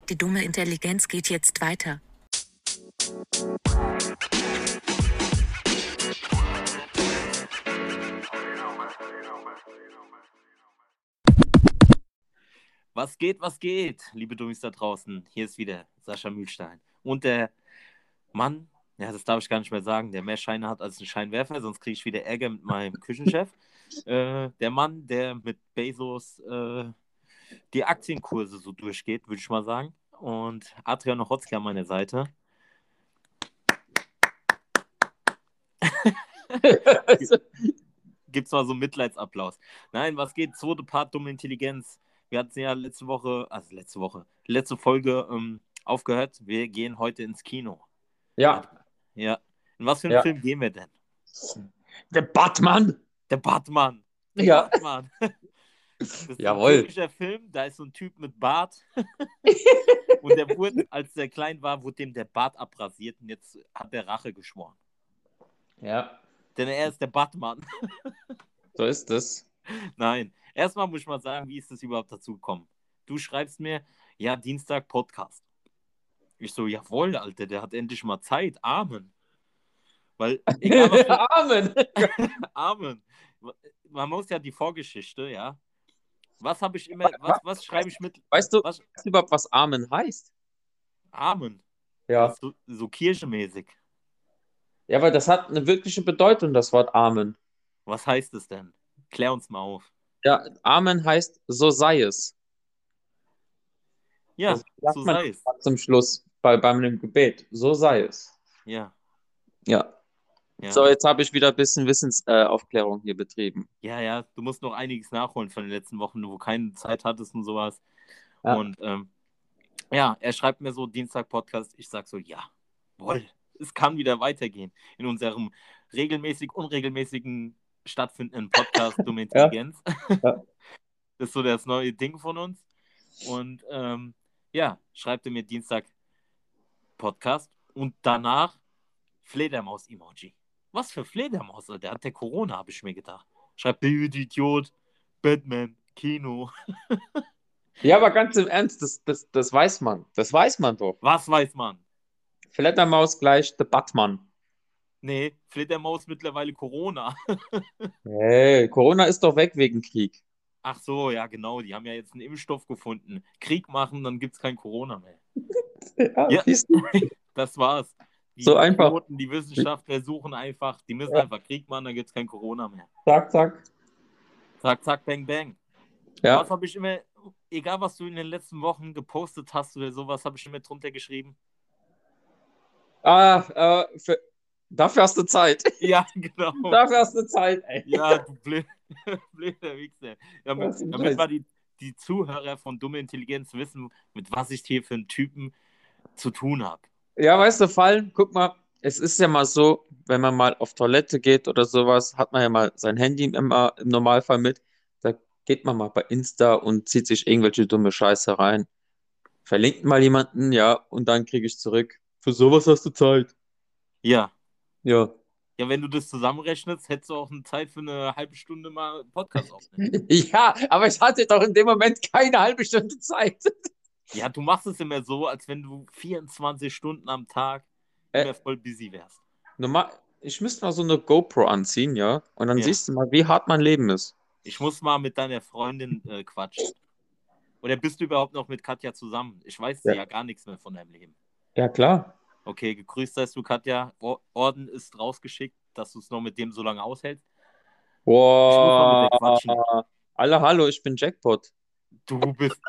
Die dumme Intelligenz geht jetzt weiter. Was geht, liebe Dummies da draußen? Hier ist wieder Sascha Mühlstein. Und der Mann, ja, das darf ich gar nicht mehr sagen, der mehr Scheine hat als ein Scheinwerfer, sonst kriege ich wieder Ärger mit meinem Küchenchef. Der Mann, der mit Bezos die Aktienkurse so durchgeht, würde ich mal sagen. Und Adrian Ochotski an meiner Seite. Gibt's mal so einen Mitleidsapplaus. Nein, was geht? Zweite Part dumme Intelligenz. Wir hatten ja letzte Folge aufgehört. Wir gehen heute ins Kino. Ja. Ja. In was für einen Film gehen wir denn? Der Batman. Der Batman. Ja. Batman. Das ist Jawohl. ein türkischer Film, da ist so ein Typ mit Bart. Und der wurde, als der klein war, wurde dem der Bart abrasiert und jetzt hat er Rache geschworen. Ja. Denn er ist der Batman. So ist es. Nein. Erstmal muss ich mal sagen, wie ist das überhaupt dazu gekommen? Du schreibst mir, ja, Dienstag Podcast. Ich so, jawohl, Alter, der hat endlich mal Zeit. Amen. Weil, egal was du... Amen. Amen. Man muss ja die Vorgeschichte, ja. Was habe ich immer, was schreibe ich mit... Weißt du überhaupt, was Amen heißt? Amen. Ja. So kirchenmäßig. Ja, weil das hat eine wirkliche Bedeutung, das Wort Amen. Was heißt es denn? Klär uns mal auf. Ja, Amen heißt, so sei es. Ja, das so man sei es. Zum Schluss beim Gebet. So sei es. Ja. Ja. So, jetzt habe ich wieder ein bisschen Wissensaufklärung hier betrieben. Ja, du musst noch einiges nachholen von den letzten Wochen, wo du keine Zeit hattest und sowas. Ja. Und er schreibt mir so Dienstag Podcast. Ich sag so, jawohl, es kann wieder weitergehen in unserem unregelmäßigen stattfindenden Podcast Dumme Intelligenz. Ja. Das ist so das neue Ding von uns. Und schreibt er mir Dienstag Podcast und danach Fledermaus-Emoji. Was für Fledermaus, Alter? Hat der Corona, habe ich mir gedacht. Schreibt der Idiot, Batman, Kino. Ja, aber ganz im Ernst, das weiß man. Das weiß man doch. Was weiß man? Fledermaus gleich der Batman. Nee, Fledermaus mittlerweile Corona. Hey, Corona ist doch weg wegen Krieg. Ach so, ja genau, die haben ja jetzt einen Impfstoff gefunden. Krieg machen, dann gibt es kein Corona mehr. Ja, das war's. Die so einfach. Idioten, die Wissenschaftler suchen einfach, die müssen einfach Krieg machen, dann gibt es kein Corona mehr. Zack, zack. Zack, zack, bang, bang. Ja. Was habe ich immer, egal was du in den letzten Wochen gepostet hast oder sowas, habe ich immer drunter geschrieben? Dafür hast du Zeit. Ja, genau. Dafür hast du Zeit, ey. Ja, du blöder Wichser. Damit mal die Zuhörer von Dumme Intelligenz wissen, mit was ich hier für einen Typen zu tun habe. Ja, weißt du, Fallen, guck mal, es ist ja mal so, wenn man mal auf Toilette geht oder sowas, hat man ja mal sein Handy im Normalfall mit. Da geht man mal bei Insta und zieht sich irgendwelche dumme Scheiße rein. Verlinkt mal jemanden, ja, und dann kriege ich zurück. Für sowas hast du Zeit. Ja. Ja. Ja, wenn du das zusammenrechnest, hättest du auch eine Zeit für eine halbe Stunde mal Podcast aufnehmen. Ja, aber ich hatte doch in dem Moment keine halbe Stunde Zeit. Ja, du machst es immer so, als wenn du 24 Stunden am Tag immer voll busy wärst. Ich müsste mal so eine GoPro anziehen, ja, und dann siehst du mal, wie hart mein Leben ist. Ich muss mal mit deiner Freundin quatschen. Oder bist du überhaupt noch mit Katja zusammen? Ich weiß ja gar nichts mehr von deinem Leben. Ja, klar. Okay, gegrüßt seist du, Katja. Orden ist rausgeschickt, dass du es noch mit dem so lange aushältst. Wow. Ich muss mal mit der quatschen. Hallo, ich bin Jackpot. Du bist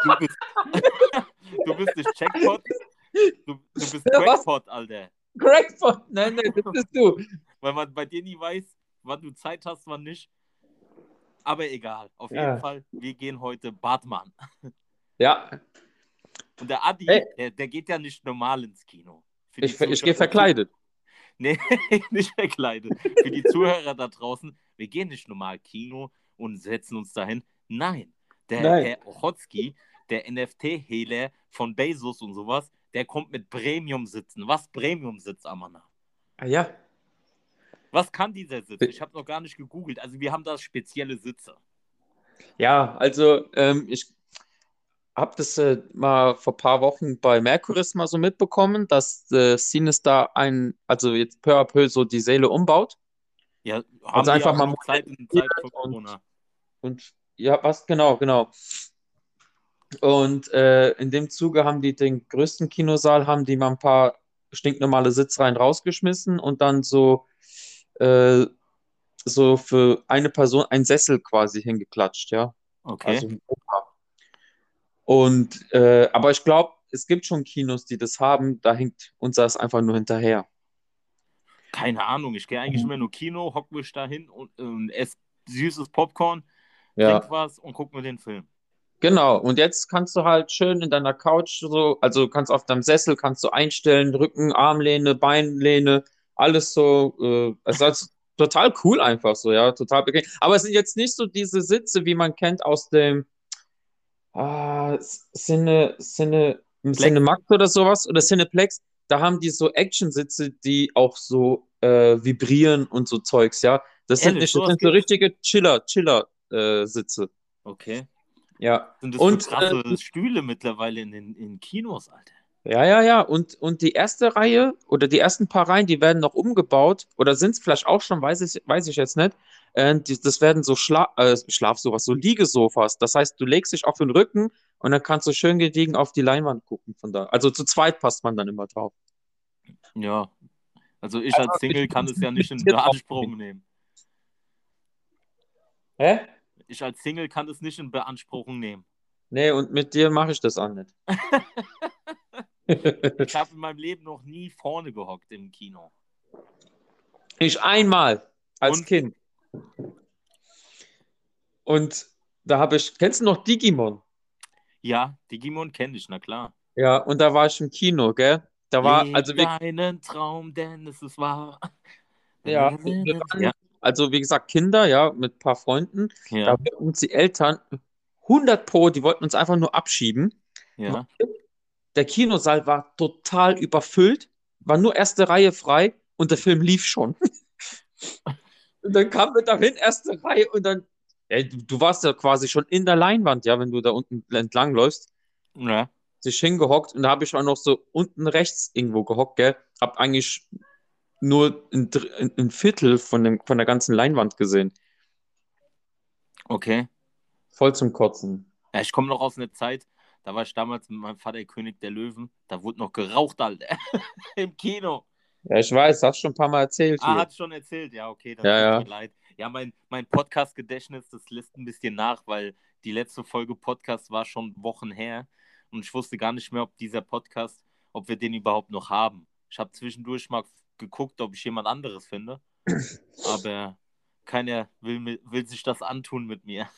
nicht Jackpot. Du bist Crackpot, Alter. Crackpot? Nein, das bist du. Weil man bei dir nie weiß, wann du Zeit hast, wann nicht. Aber egal. Auf jeden Fall, wir gehen heute Batman. Ja. Und der Adi, der geht ja nicht normal ins Kino. Ich gehe verkleidet. Nee, nicht verkleidet. Für die Zuhörer da draußen, wir gehen nicht normal Kino und setzen uns dahin. Nein, Herr Ochotski, der NFT-Hehler von Bezos und sowas, der kommt mit Premium-Sitzen. Was Premium-Sitz, Amana? Ah ja. Was kann dieser Sitz? Ich habe noch gar nicht gegoogelt. Also wir haben da spezielle Sitze. Ja, also hab das mal vor ein paar Wochen bei Mercuris mal so mitbekommen, dass Sinister also jetzt peu à peu so die Seele umbaut. Ja, Also haben die ja einfach auch mal noch Zeit in Zeiten von modernisiert Corona. und ja, was, genau. Und in dem Zuge haben die den größten Kinosaal, haben die mal ein paar stinknormale Sitzreihen rausgeschmissen und dann äh, so für eine Person ein Sessel quasi hingeklatscht, ja. Okay. Also ein Sofa. Und aber ich glaube, es gibt schon Kinos, die das haben, da hinkt uns das einfach nur hinterher. Keine Ahnung, ich gehe eigentlich immer nur Kino, hock mich da hin und esse süßes Popcorn, trink Ja, was und guck mir den Film. genau. Und jetzt kannst du halt schön in deiner Couch so, also du kannst auf deinem Sessel kannst du einstellen, Rücken, Armlehne, Beinlehne, alles so. Es ist total cool einfach so, ja, total bequem. Aber es sind jetzt nicht so diese Sitze, wie man kennt aus dem Flex. Cinemax oder sowas oder Cineplex. Da haben die so Action-Sitze, die auch so vibrieren und so Zeugs, ja. Ehrlich, Das sowas sind so gibt's? richtige Sitze. Okay. Ja. Sind das für Und krasse Stühle mittlerweile in Kinos, Alter? ja. Und die erste Reihe oder die ersten paar Reihen, die werden noch umgebaut oder sind es vielleicht auch schon, weiß ich jetzt nicht. Das werden so Schlafsofas, so Liegesofas. Das heißt, du legst dich auf den Rücken und dann kannst du schön gediegen auf die Leinwand gucken von da. Also zu zweit passt man dann immer drauf. Ja, also ich Also als ich Single bin kann es ja nicht in limitiert drauf. Beanspruch nehmen. Hä? Ich als Single kann es nicht in Beanspruchung nehmen. Nee, und mit dir mache ich das auch nicht. Ich habe in meinem Leben noch nie vorne gehockt im Kino. Ich einmal als Und Kind. Und da kennst du noch Digimon? ja, Digimon kenne ich, na klar. Ja, und da war ich im Kino, gell? Leb deinen Traum, denn es ist wahr. Ja, wir waren, Ja, also wie gesagt, Kinder, ja, mit ein paar Freunden. Da ja, wollten uns die Eltern 100 Pro, die wollten uns einfach nur abschieben. ja. Der Kinosaal war total überfüllt, war nur erste Reihe frei und der Film lief schon. Und dann kamen wir dahin, erste Reihe und dann, ey, du warst ja quasi schon in der Leinwand, ja, wenn du da unten entlang läufst, Ja. sich hingehockt und da habe ich auch noch so unten rechts irgendwo gehockt, gell, hab eigentlich nur ein Viertel von der ganzen Leinwand gesehen. Okay. Voll zum Kotzen. Ja, ich komme noch aus einer Zeit, da war ich damals mit meinem Vater König der Löwen. Da wurde noch geraucht, Alter. Im Kino. Ja, ich weiß, hast schon ein paar Mal erzählt Ah, hier. hat schon erzählt. Ja, okay, dann Ja, tut's mir ja. leid. Ja, mein Podcast-Gedächtnis, das lässt ein bisschen nach, weil die letzte Folge Podcast war schon Wochen her und ich wusste gar nicht mehr, ob wir den überhaupt noch haben. Ich habe zwischendurch mal geguckt, ob ich jemand anderes finde, aber keiner will sich das antun mit mir.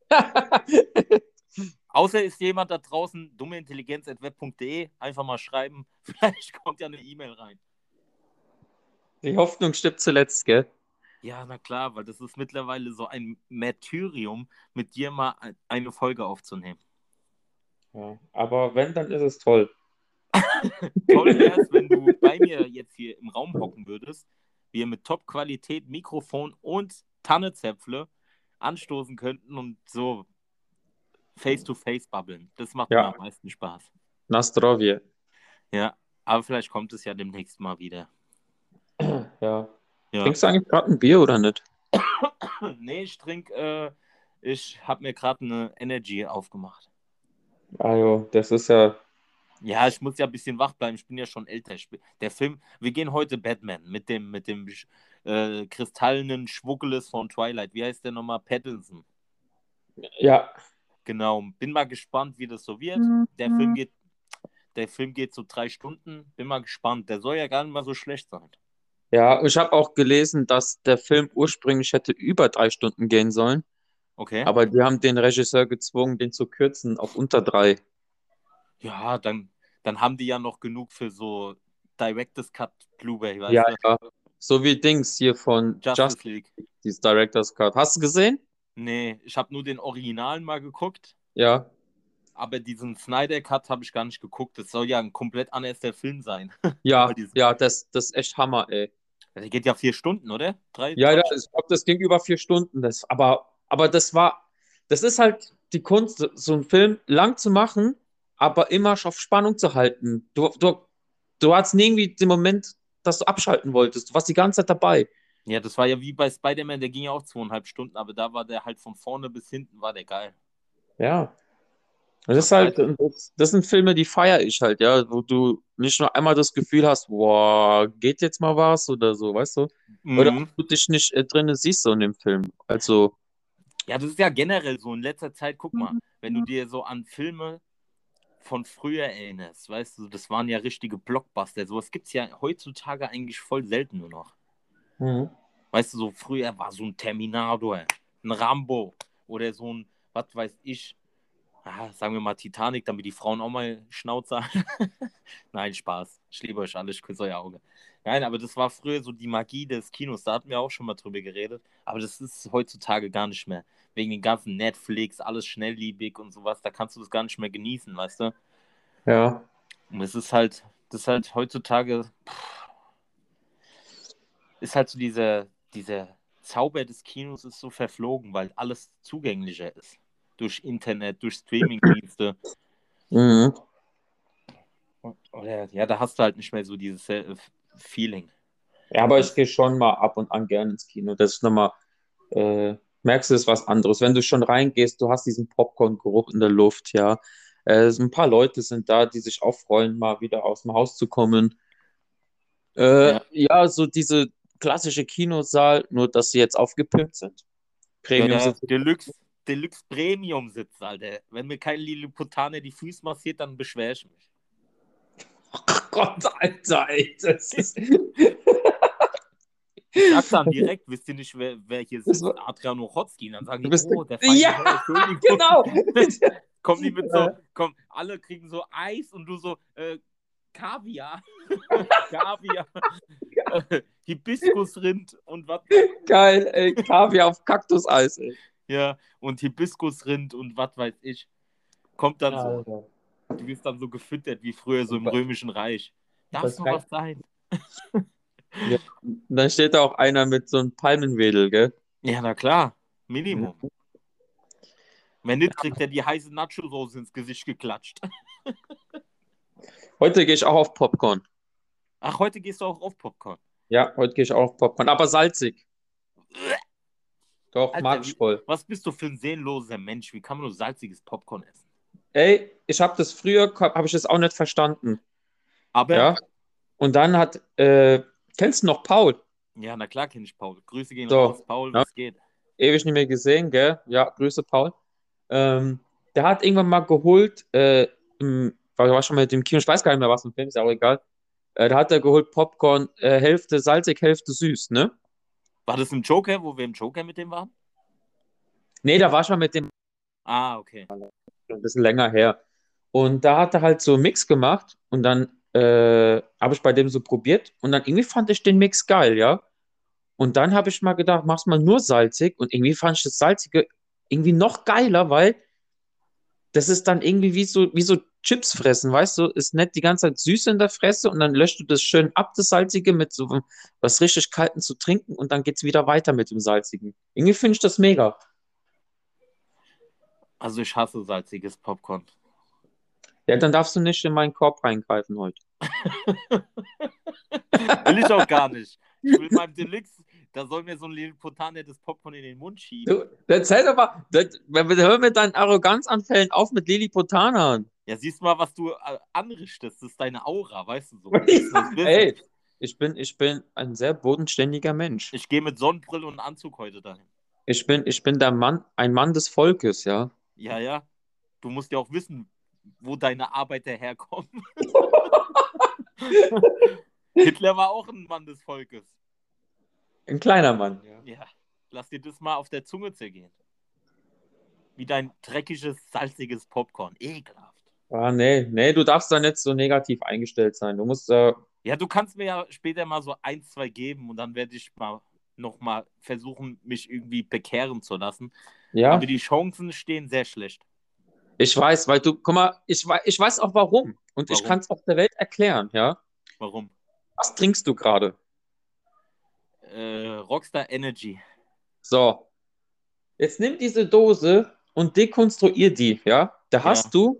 Außer ist jemand da draußen, dummeintelligenz.web.de, einfach mal schreiben. Vielleicht kommt ja eine E-Mail rein. Die Hoffnung stirbt zuletzt, gell? Ja, na klar, weil das ist mittlerweile so ein Märtyrium, mit dir mal eine Folge aufzunehmen. Ja, aber wenn, dann ist es toll. Toll wäre es, wenn du bei mir jetzt hier im Raum hocken würdest, wir mit Top-Qualität Mikrofon und Tannezäpfle anstoßen könnten und so face-to-face babbeln. Das macht mir Ja, am meisten Spaß. Nastrovje. Ja, aber vielleicht kommt es ja demnächst mal wieder. Ja. Ja. Trinkst du eigentlich gerade ein Bier oder nicht? Nee, ich habe mir gerade eine Energy aufgemacht. Ah, jo, das ist ja. Ja, ich muss ja ein bisschen wach bleiben. Ich bin ja schon älter. Der Film, wir gehen heute Batman mit dem kristallenen Schwuckeles von Twilight. Wie heißt der nochmal? Pattinson. Ja. Genau. Bin mal gespannt, wie das so wird. Der Film geht so 3 Stunden. Bin mal gespannt. Der soll ja gar nicht mal so schlecht sein. Ja, und ich habe auch gelesen, dass der Film ursprünglich hätte über 3 Stunden gehen sollen, Okay. aber die haben den Regisseur gezwungen, den zu kürzen auf unter 3. Ja, dann haben die ja noch genug für so Director's Cut Blu-ray, Ja, weißt du? ja. So wie Dings hier von Justice League. dieses Director's Cut. Hast du gesehen? Nee, ich habe nur den Originalen mal geguckt. Ja. Aber diesen Snyder Cut habe ich gar nicht geguckt. Das soll ja ein komplett anderes Film sein. Ja, ja, das ist echt Hammer, ey. Der geht ja 4 Stunden, oder? Ja, ja, Drei ich glaube, das ging über 4 Stunden. Aber das ist halt die Kunst, so einen Film lang zu machen, aber immer auf Spannung zu halten. Du hattest nie irgendwie den Moment, dass du abschalten wolltest. Du warst die ganze Zeit dabei. Ja, das war ja wie bei Spider-Man, der ging ja auch 2,5 Stunden, aber da war der halt von vorne bis hinten, war der geil. Ja. Und das ist Das war halt, das sind Filme, die feiere ich halt, ja, wo du nicht nur einmal das Gefühl hast, boah, geht jetzt mal was oder so, weißt du? Oder mhm. du dich nicht drin siehst so in dem Film. Also, Ja, das ist ja generell so. In letzter Zeit, guck mal, wenn du dir so an Filme von früher erinnerst, weißt du, das waren ja richtige Blockbuster. Sowas gibt es ja heutzutage eigentlich voll selten nur noch. mhm. Weißt du, so früher war so ein Terminator, ein Rambo oder so ein, was weiß ich, sagen wir mal Titanic, damit die Frauen auch mal Schnauze haben. Nein, Spaß. Ich liebe euch alle, ich küsse euer Auge. Nein, aber das war früher so die Magie des Kinos. Da hatten wir auch schon mal drüber geredet. Aber das ist heutzutage gar nicht mehr. Wegen den ganzen Netflix, alles schnelllebig und sowas. Da kannst du das gar nicht mehr genießen, weißt du? Ja. Und das ist halt heutzutage, ist halt so dieser Zauber des Kinos ist so verflogen, weil alles zugänglicher ist. Durch Internet, durch Streamingdienste. Mhm. Oder ja, da hast du halt nicht mehr so dieses Feeling. Ja, aber ich Das, gehe schon mal ab und an gerne ins Kino. Das ist nochmal, merkst du, ist was anderes. Wenn du schon reingehst, du hast diesen Popcorn-Geruch in der Luft, ja. So ein paar Leute sind da, die sich auch freuen, mal wieder aus dem Haus zu kommen. ja, Ja, so diese klassische Kinosaal, nur dass sie jetzt aufgepimpt sind. ja, ja, Premium-Sitze. Deluxe Premium Sitz, Alter. Wenn mir kein Lilliputaner die Füße massiert, dann beschwer ich mich. Ach Gott, Alter, ey, das ist. Ich sag dann direkt, wisst ihr nicht, wer hier Das sitzt? war, Adrian Ochotski. Dann sagen du die, bist der. oh, der feine Ja, Herr, Entschuldigung. genau! Kommen die mit so, komm, alle kriegen so Eis und du so, Kaviar. Kaviar. Hibiskusrind und was. Geil, ey, Kaviar auf Kaktuseis, ey. Ja, und Hibiskusrind und was weiß ich. Kommt dann so. Alter. Du wirst dann so gefüttert wie früher so Und im Römischen Reich. Darf es das noch rein, was sein? ja. Und dann steht da auch einer mit so einem Palmenwedel, gell? Ja, na klar. Mhm. Minimum. Wenn nicht, kriegt er die heiße Nacho-Soße ins Gesicht geklatscht. Heute gehe ich auch auf Popcorn. Ach, heute gehst du auch auf Popcorn. Ja, heute gehe ich auch auf Popcorn, aber salzig. Doch, mag Alter, ich voll. was bist du für ein seelenloser Mensch? Wie kann man nur salziges Popcorn essen? Ey, ich habe das früher, habe ich das auch nicht verstanden. Aber, Ja. Und dann kennst du noch Paul? ja, na klar kenne ich Paul. Grüße gehen raus. So, Paul, ja, was geht? ewig nicht mehr gesehen, gell? Ja, Grüße, Paul. Der hat irgendwann mal geholt, war schon mal mit dem Kino, ich weiß gar nicht mehr, was im Film ist, aber egal. Da hat er geholt Popcorn, Hälfte salzig, Hälfte süß, ne? War das ein Joker, wo wir im Joker mit dem waren? Nee, da war schon mit dem Ah, okay. ein bisschen länger her. Und da hat er halt so einen Mix gemacht und dann habe ich bei dem so probiert und dann irgendwie fand ich den Mix geil, ja. Und dann habe ich mal gedacht, mach's mal nur salzig und irgendwie fand ich das Salzige irgendwie noch geiler, weil das ist dann irgendwie wie so Chips fressen, weißt du? Ist nicht die ganze Zeit süß in der Fresse und dann löscht du das schön ab, das Salzige, mit so was richtig Kalten zu trinken und dann geht's wieder weiter mit dem Salzigen. Irgendwie finde ich das mega. Also ich hasse salziges Popcorn. Ja, dann darfst du nicht in meinen Korb reingreifen heute. Will ich auch gar nicht. Ich will beim Deluxe, da soll mir so ein Lilliputaner das Popcorn in den Mund schieben. Du, erzähl doch mal, hör mit deinen Arroganzanfällen auf mit Liliputanern. Ja, siehst du mal, was du anrichtest. Das ist deine Aura, weißt du so. Business, Business. Ey, ich bin ein sehr bodenständiger Mensch. Ich gehe mit Sonnenbrille und Anzug heute dahin. Ich bin der Mann, ein Mann des Volkes, ja. Ja, ja. Du musst ja auch wissen, wo deine Arbeiter herkommen. Hitler war auch ein Mann des Volkes. Ein kleiner Mann, ja. Ja, lass dir das mal auf der Zunge zergehen. Wie dein dreckiges, salziges Popcorn. Ekelhaft. Ah, nee, du darfst da nicht so negativ eingestellt sein. Du musst, Ja, du kannst mir ja später mal so 1, 2 geben und dann werde ich mal nochmal versuchen, mich irgendwie bekehren zu lassen. ja, Aber die Chancen stehen sehr schlecht. ich weiß, weil du, guck mal, ich weiß auch warum. Und ich Warum? kann es auch der Welt erklären, ja. Warum? Was trinkst du gerade? Rockstar Energy. So, jetzt nimm diese Dose und dekonstruier die, ja. Da Ja. hast du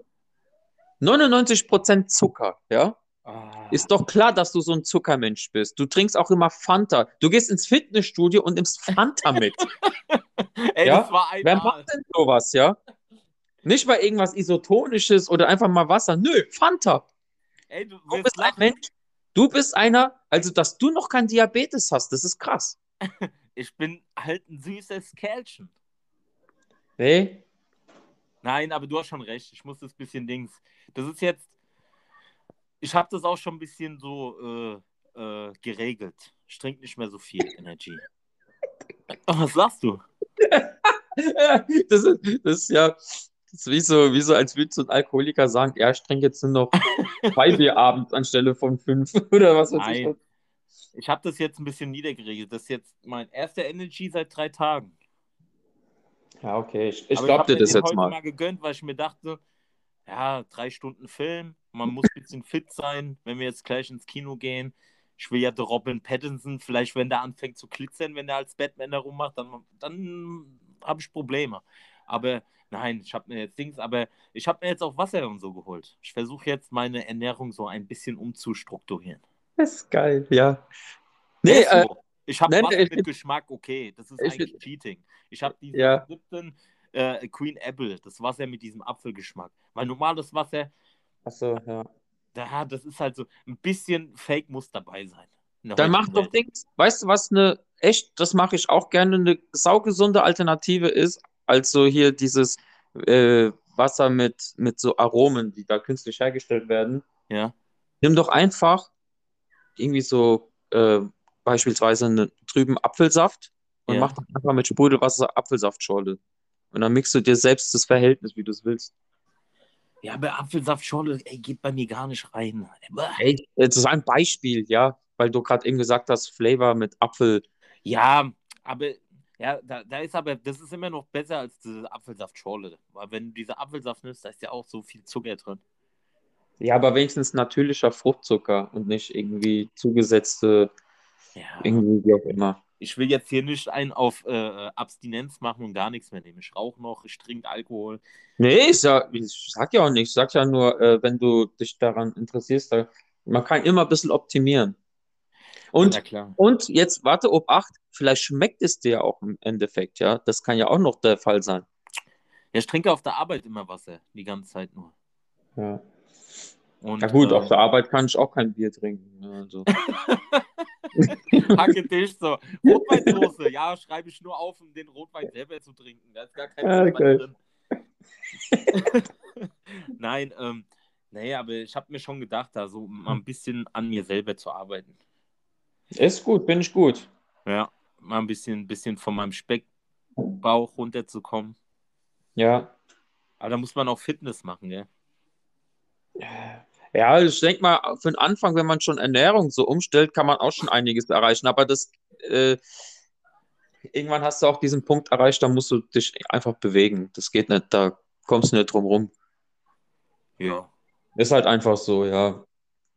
99% Zucker, ja. Ah. Ist doch klar, dass du so ein Zuckermensch bist. Du trinkst auch immer Fanta. Du gehst ins Fitnessstudio und nimmst Fanta mit, Ey, das ja. war Wer macht einmal. denn sowas, ja? Nicht mal irgendwas Isotonisches oder einfach mal Wasser. Nö, Fanta. Ey, du Du wirst bist ein lachen. Mensch. Du bist einer, also dass du noch kein Diabetes hast, das ist krass. Ich bin halt ein süßes Kerlchen. Nee? Nein, aber du hast schon recht. Ich muss das bisschen Dings. Das ist jetzt. Ich habe das auch schon ein bisschen so geregelt. Ich trinke nicht mehr so viel Energy. Oh, was sagst du? Das ist ja, das ist wie so, als würde so ein Alkoholiker sagen, ja, ich trinke jetzt nur noch 2 Bier abends anstelle von 5 oder was weiß ich Nein, was. ich habe das jetzt ein bisschen niedergeregelt. Das ist jetzt mein erster Energy seit 3 Tagen. Ja, okay, ich Aber ich glaub habe dir mir das den jetzt heute mal. mal gegönnt, weil ich mir dachte, ja, 3 Stunden Film, man muss ein bisschen fit sein, wenn wir jetzt gleich ins Kino gehen. Ich will ja der Robin Pattinson, vielleicht wenn der anfängt zu glitzern, wenn der als Batman da rummacht, dann habe ich Probleme. Aber nein, ich habe mir jetzt Dings, aber ich habe mir jetzt auch Wasser und so geholt. Ich versuche jetzt meine Ernährung so ein bisschen umzustrukturieren. Das ist geil, ja. Der Nee, ist so. Ich habe nee, Wasser ich mit find, Geschmack, okay. Das ist ich eigentlich find, Cheating. Ich habe dieses ja, Lipton Queen Apple, das Wasser mit diesem Apfelgeschmack. Weil normales Wasser, achso, ja. das ist halt so ein bisschen Fake muss dabei sein in der Dann mach heutigen doch Welt. Dings. Weißt du, was das mache ich auch gerne, eine saugesunde Alternative ist, als so hier dieses Wasser mit so Aromen, die da künstlich hergestellt werden. Ja, Nimm doch einfach irgendwie so beispielsweise einen trüben Apfelsaft und mach ja. dann einfach mit Sprudelwasser Apfelsaftschorle. Und dann mixt du dir selbst das Verhältnis, wie du es willst. Ja, aber Apfelsaftschorle, ey, geht bei mir gar nicht rein. Ey, das ist ein Beispiel, ja, weil du gerade eben gesagt hast, Flavor mit Apfel. Ja, aber ja, da ist aber, das ist immer noch besser als diese Apfelsaftschorle. Weil wenn du diese Apfelsaft nimmst, da ist ja auch so viel Zucker drin. Ja, aber wenigstens natürlicher Fruchtzucker und nicht irgendwie zugesetzte, Ja, irgendwie wie auch immer. ich will jetzt hier nicht einen auf Abstinenz machen und gar nichts mehr nehmen. Ich rauche noch, ich trinke Alkohol. Nee, ich sag ja auch nicht. Ich sag ja nur, wenn du dich daran interessierst, man kann immer ein bisschen optimieren. Ja, na Und, klar. und jetzt warte, Obacht, vielleicht schmeckt es dir ja auch im Endeffekt, ja. Das kann ja auch noch der Fall sein. Ja, ich trinke auf der Arbeit immer Wasser, die ganze Zeit nur. Ja. Ja Und gut, auf der Arbeit kann ich auch kein Bier trinken. Ja, also. Hacke dich so. Rotweinsoße, ja, schreibe ich nur auf, um den Rotwein selber zu trinken. Da ist gar kein Rotwein Okay. drin. Nein, nee, aber ich habe mir schon gedacht, da so mal ein bisschen an mir selber zu arbeiten. Ist gut, bin ich gut. Ja, mal ein bisschen von meinem Speckbauch runterzukommen. Ja. Aber da muss man auch Fitness machen, gell? Ja, ich denke mal, für den Anfang, wenn man schon Ernährung so umstellt, kann man auch schon einiges erreichen. Aber irgendwann hast du auch diesen Punkt erreicht, da musst du dich einfach bewegen. Das geht nicht, da kommst du nicht drum rum. Ja. Ist halt einfach so, ja.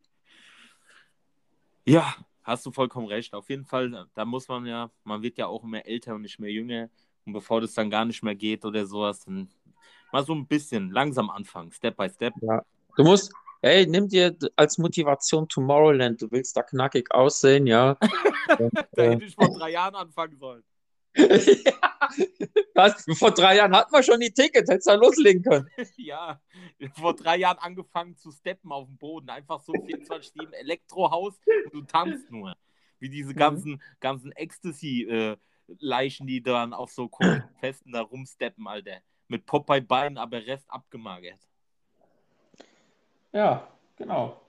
Ja, hast du vollkommen recht. Auf jeden Fall, da muss man ja, man wird ja auch immer älter und nicht mehr jünger. Und bevor das dann gar nicht mehr geht oder sowas, dann mal so ein bisschen langsam anfangen, Step by Step. Ja. Du musst, ey, nimm dir als Motivation Tomorrowland. Du willst da knackig aussehen, ja. Und, Da hätte ich vor 3 Jahren anfangen sollen. ja. Vor 3 Jahren hatten wir schon die Tickets, hättest du da loslegen können. Ja, vor 3 Jahren angefangen zu steppen auf dem Boden. Einfach so 24/7 Elektrohaus und du tanzt nur. Wie diese Mhm. ganzen Ecstasy-Leichen, die dann auf so komischen Festen da rumsteppen, Alter. Mit Popeye-Beinen, aber Rest abgemagert. Ja, genau.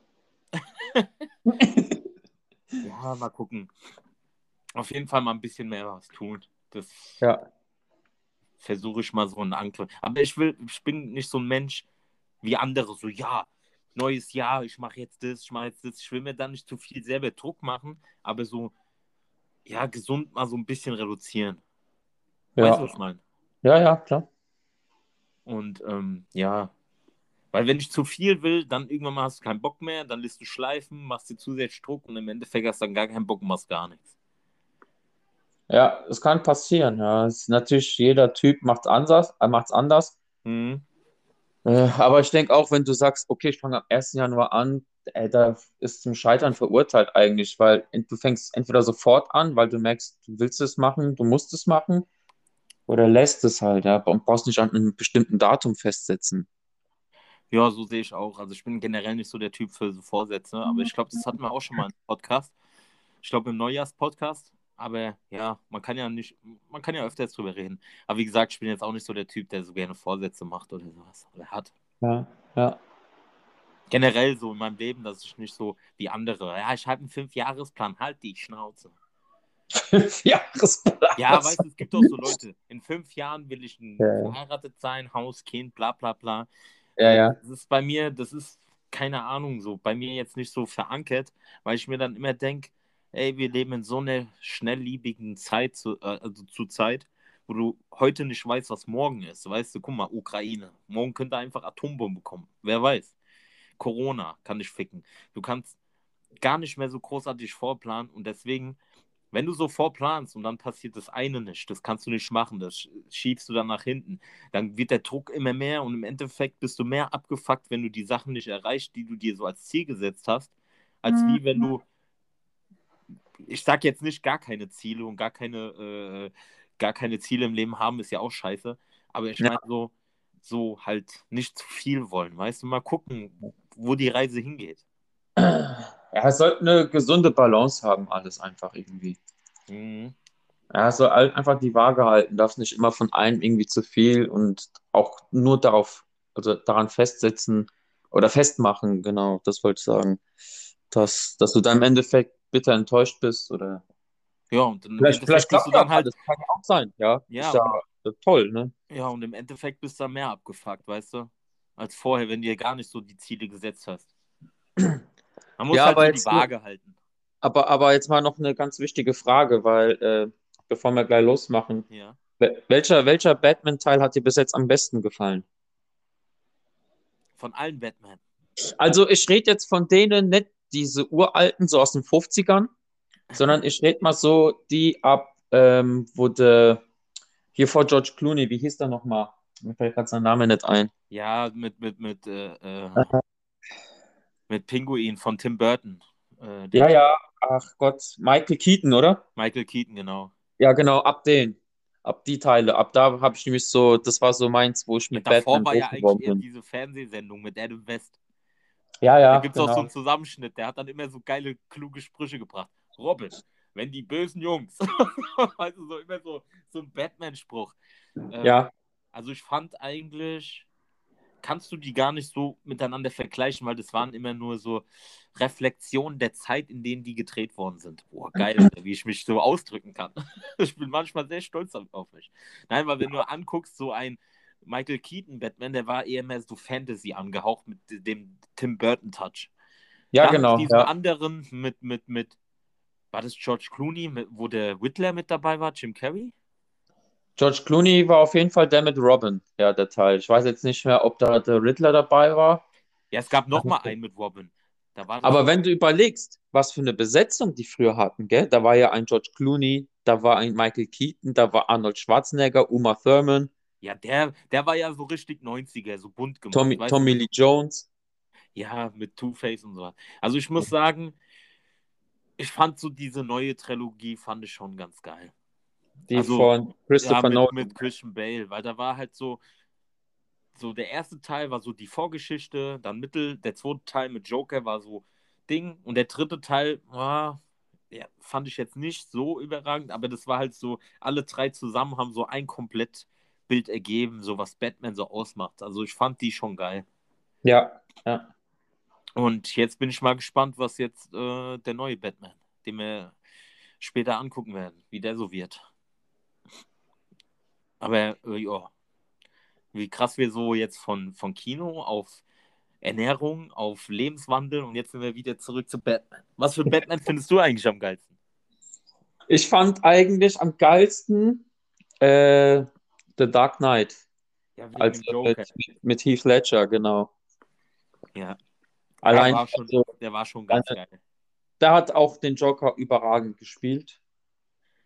Ja, mal gucken. Auf jeden Fall mal ein bisschen mehr was tun. Das Ja. versuche ich mal so einen Anker. Aber ich bin nicht so ein Mensch wie andere, so ja, neues Jahr, ich mache jetzt das, ich mache jetzt das. Ich will mir da nicht zu viel selber Druck machen, aber so, ja, gesund mal so ein bisschen reduzieren. Weißt du, was ich Ja. meine? Ja, ja, klar. Und ja, weil wenn ich zu viel will, dann irgendwann mal hast du keinen Bock mehr, dann lässt du schleifen, machst dir zusätzlich Druck und im Endeffekt hast du dann gar keinen Bock und machst gar nichts. Ja, es kann passieren, ja. Es ist natürlich, jeder Typ macht's anders. Mhm. Aber ich denke auch, wenn du sagst, okay, ich fange am 1. Januar an, da ist zum Scheitern verurteilt eigentlich, weil du fängst entweder sofort an, weil du merkst, du willst es machen, du musst es machen, oder lässt es halt, ja, und brauchst nicht an einem bestimmten Datum festsetzen. Ja, so sehe ich auch. Also ich bin generell nicht so der Typ für so Vorsätze, aber ich glaube, das hatten wir auch schon mal im Podcast. Ich glaube im Neujahrspodcast. Aber ja, man kann ja öfters drüber reden. Aber wie gesagt, ich bin jetzt auch nicht so der Typ, der so gerne Vorsätze macht oder sowas. Oder hat. Ja, ja. Generell so in meinem Leben, dass ich nicht so wie andere. Ja, ich habe einen Fünfjahresplan, halt die Schnauze. Jahresplan. Ja, weißt du, es gibt auch so Leute. In 5 Jahren will ich Ja, verheiratet sein, Haus, Kind, bla bla bla. ja, ja. Das ist bei mir, das ist keine Ahnung so, bei mir jetzt nicht so verankert, weil ich mir dann immer denke, ey, wir leben in so einer schnelllebigen Zeit, also zur Zeit, wo du heute nicht weißt, was morgen ist. Weißt du, guck mal, Ukraine. Morgen könnte einfach Atombombe kommen. Wer weiß. Corona kann dich ficken. Du kannst gar nicht mehr so großartig vorplanen und deswegen, wenn du so vorplanst und dann passiert das eine nicht, das kannst du nicht machen, das schiebst du dann nach hinten, dann wird der Druck immer mehr und im Endeffekt bist du mehr abgefuckt, wenn du die Sachen nicht erreichst, die du dir so als Ziel gesetzt hast, als wie wenn du, ich sag jetzt nicht gar keine Ziele und gar keine Ziele im Leben haben, ist ja auch scheiße, aber ich Ja, meine so halt nicht zu viel wollen, weißt du, mal gucken, wo die Reise hingeht. ja, es sollte eine gesunde Balance haben, alles einfach irgendwie. Mhm. Ja, es soll halt einfach die Waage halten, darf nicht immer von einem irgendwie zu viel und auch nur darauf, also daran festsetzen oder festmachen, genau, das wollte ich sagen, dass du dann im Endeffekt bitter enttäuscht bist oder Ja, und im vielleicht Endeffekt bist du klappt ja dann auch halt, alles, kann ja auch sein, ja, ja, ist ja und toll, ne? Ja, und im Endeffekt bist du dann mehr abgefuckt, weißt du? Als vorher, wenn du dir gar nicht so die Ziele gesetzt hast. Man muss Ja, halt aber so die jetzt, Waage halten. aber jetzt mal noch eine ganz wichtige Frage, weil, bevor wir gleich losmachen, Ja. welcher Batman-Teil hat dir bis jetzt am besten gefallen? Von allen Batman. Also ich rede jetzt von denen, nicht diese uralten, so aus den 50ern, sondern ich rede mal so die ab, hier vor George Clooney, wie hieß der nochmal? Mir fällt gerade sein Name nicht ein. Ja, mit Pinguin von Tim Burton. Ja, ja, ach Gott, Michael Keaton, oder? Michael Keaton, genau. Ja, genau, ab die Teile, ab da habe ich nämlich so, das war so meins, wo ich Ja, mit davor Batman war groß ja eigentlich geworden eher bin. diese Fernsehsendung mit Adam West. Ja, Da ja, gibt es auch so genau. einen Zusammenschnitt, der hat dann immer so geile, kluge Sprüche gebracht. Robin, wenn die bösen Jungs. Weißt du, so immer so ein Batman-Spruch. Ähm, Ja, also ich fand eigentlich, kannst du die gar nicht so miteinander vergleichen, weil das waren immer nur so Reflexionen der Zeit, in denen die gedreht worden sind. Boah, geil, Alter, wie ich mich so ausdrücken kann. Ich bin manchmal sehr stolz auf mich. Nein, weil wenn du anguckst, so ein Michael Keaton Batman, der war eher mehr so Fantasy angehaucht mit dem Tim Burton Touch. ja, Dann genau, diesen ja. anderen war das George Clooney, wo der Whittler mit dabei war, Jim Carrey? George Clooney war auf jeden Fall der mit Robin, ja, der Teil. Ich weiß jetzt nicht mehr, ob da der Riddler dabei war. Ja, es gab noch mal einen mit Robin. Da war das Aber wenn du überlegst, was für eine Besetzung die früher hatten, gell? Da war ja ein George Clooney, da war ein Michael Keaton, da war Arnold Schwarzenegger, Uma Thurman, Ja, der war ja so richtig 90er, so bunt gemacht, weißt du, Tommy mit, Lee Jones, ja, mit Two-Face und so was. Also ich muss sagen, ich fand so diese neue Trilogie, fand ich schon ganz geil. die Also, von ja, Christopher mit Nolan. Christian Bale, weil da war halt so der erste Teil war so die Vorgeschichte, dann der zweite Teil mit Joker war so Ding und der dritte Teil, ja, fand ich jetzt nicht so überragend, aber das war halt so, alle drei zusammen haben so ein Komplettbild ergeben, so was Batman so ausmacht. Also ich fand die schon geil. Ja, ja. Und jetzt bin ich mal gespannt, was jetzt der neue Batman, den wir später angucken werden, wie der so wird. Aber ja, wie krass wir so jetzt von Kino auf Ernährung, auf Lebenswandel und jetzt sind wir wieder zurück zu Batman. Was für Batman findest du eigentlich am geilsten? Ich fand eigentlich am geilsten äh, The Dark Knight, Ja, wegen dem also Joker. mit Heath Ledger, genau. Ja, ja Allein, also, der war schon ganz seine- geil. der hat auch den Joker überragend gespielt.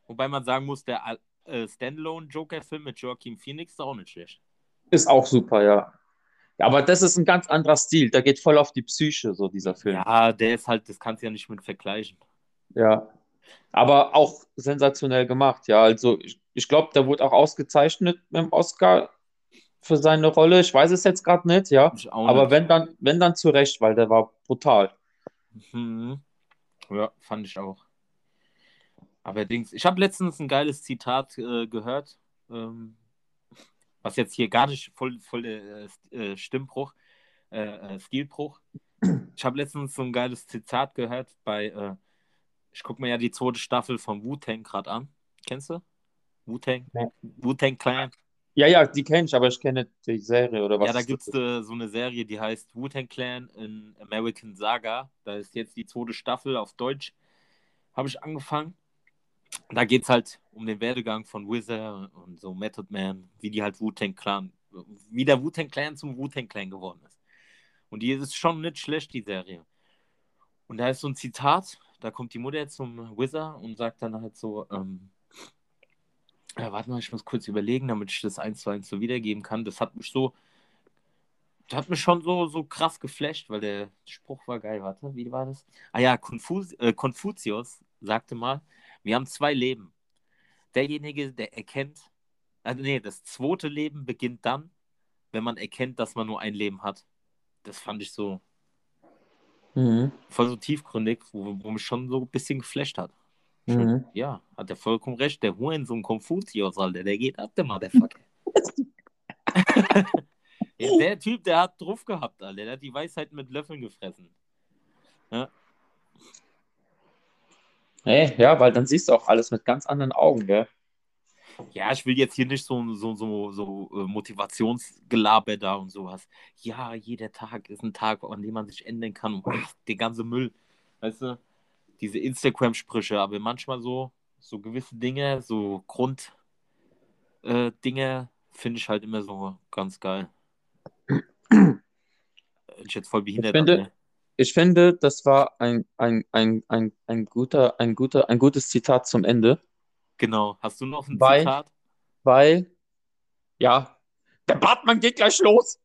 Wobei man sagen muss, der Standalone-Joker-Film mit Joaquin Phoenix ist auch nicht schlecht. Ist auch super, ja. Aber das ist ein ganz anderer Stil. Der geht voll auf die Psyche, so dieser Film. Ja, der ist halt, das kannst du ja nicht mit vergleichen. Ja. Aber auch sensationell gemacht, ja. Also ich glaube, der wurde auch ausgezeichnet mit dem Oscar für seine Rolle. Ich weiß es jetzt gerade nicht, ja. Ich auch Aber nicht. wenn dann zu Recht, weil der war brutal. Mhm. Ja, fand ich auch. Allerdings, ich habe letztens ein geiles Zitat gehört, was jetzt hier gar nicht voll der Stimmbruch, Stilbruch. Ich habe letztens so ein geiles Zitat gehört ich gucke mir ja die zweite Staffel von Wu-Tang gerade an. Kennst du? Wu-Tang? Ja, Wu-Tang Clan? ja, die kenne ich, aber ich kenne nicht die Serie oder Ja, was da ist gibt es das? so eine Serie, die heißt Wu-Tang Clan in American Saga. Da ist jetzt die zweite Staffel auf Deutsch. Habe ich angefangen. Da geht es halt um den Werdegang von Wizard und so Method Man, wie die halt Wu-Tang Clan, wie der Wu-Tang Clan zum Wu-Tang Clan geworden ist. Und die ist schon nicht schlecht, die Serie. Und da ist so ein Zitat, da kommt die Mutter zum Wizard und sagt dann halt so, ja, warte mal, ich muss kurz überlegen, damit ich das 1:1 so wiedergeben kann. Das hat mich schon so krass geflasht, weil der Spruch war geil. Warte, wie war das? Ah ja, Konfuzius sagte mal, wir haben zwei Leben. Derjenige, der erkennt, also nee, das zweite Leben beginnt dann, wenn man erkennt, dass man nur ein Leben hat. Das fand ich so Mhm. voll so tiefgründig, wo mich schon so ein bisschen geflasht hat. Schon, Mhm. ja, hat er vollkommen recht. Der Hurensohn Konfuzius, Alter, der geht ab, der Motherfucker. Ja, der Typ, der hat drauf gehabt, Alter. Der hat die Weisheit mit Löffeln gefressen. Ja, Hey, ja, weil dann siehst du auch alles mit ganz anderen Augen, gell? ja, ich will jetzt hier nicht so Motivationsgelaber da und sowas. Ja, jeder Tag ist ein Tag, an dem man sich ändern kann. Und ach, der ganze Müll. Weißt du, diese Instagram-Sprüche, aber manchmal so gewisse Dinge, so Dinge, finde ich halt immer so ganz geil. Ich jetzt voll Ich behindert, finde, Alter. ich finde, das war ein gutes Zitat zum Ende, Genau. Hast du noch ein weil, Zitat? weil, ja, der Batman geht gleich los.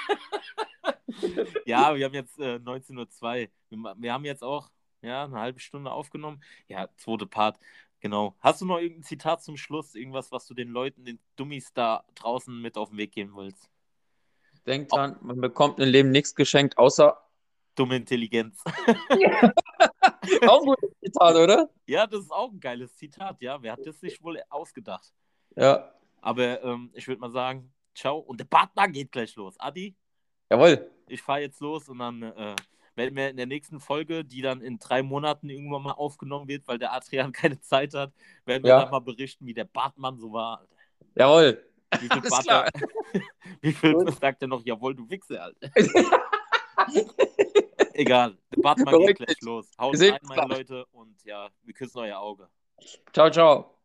Ja, wir haben jetzt 19:02 Uhr. Wir haben jetzt auch eine halbe Stunde aufgenommen. Ja, zweite Part. Genau. Hast du noch irgendein Zitat zum Schluss? Irgendwas, was du den Leuten, den Dummies da draußen mit auf den Weg geben willst? Denk Oh, dran, man bekommt im Leben nichts geschenkt, außer dumme Intelligenz. auch ein gutes Zitat, oder? Ja, das ist auch ein geiles Zitat, ja. Wer hat das sich wohl ausgedacht? Ja, Aber ich würde mal sagen, ciao. Und der Partner geht gleich los. Adi, jawohl. ich fahre jetzt los und dann werden wir in der nächsten Folge, die dann in 3 Monaten irgendwann mal aufgenommen wird, weil der Adrian keine Zeit hat, werden wir dann Ja, mal berichten, wie der Bartmann so war. Alter. jawohl. Wie viel Alles Bart klar. er, wie viel Gut. sagt er noch, jawohl, du Wichse, Alter. Egal, der Bartmann geht Beruhigt gleich dich. los. Wir Haut sehen rein, uns meine gleich. Leute, und ja, wir küssen euer Auge. Ciao, ciao.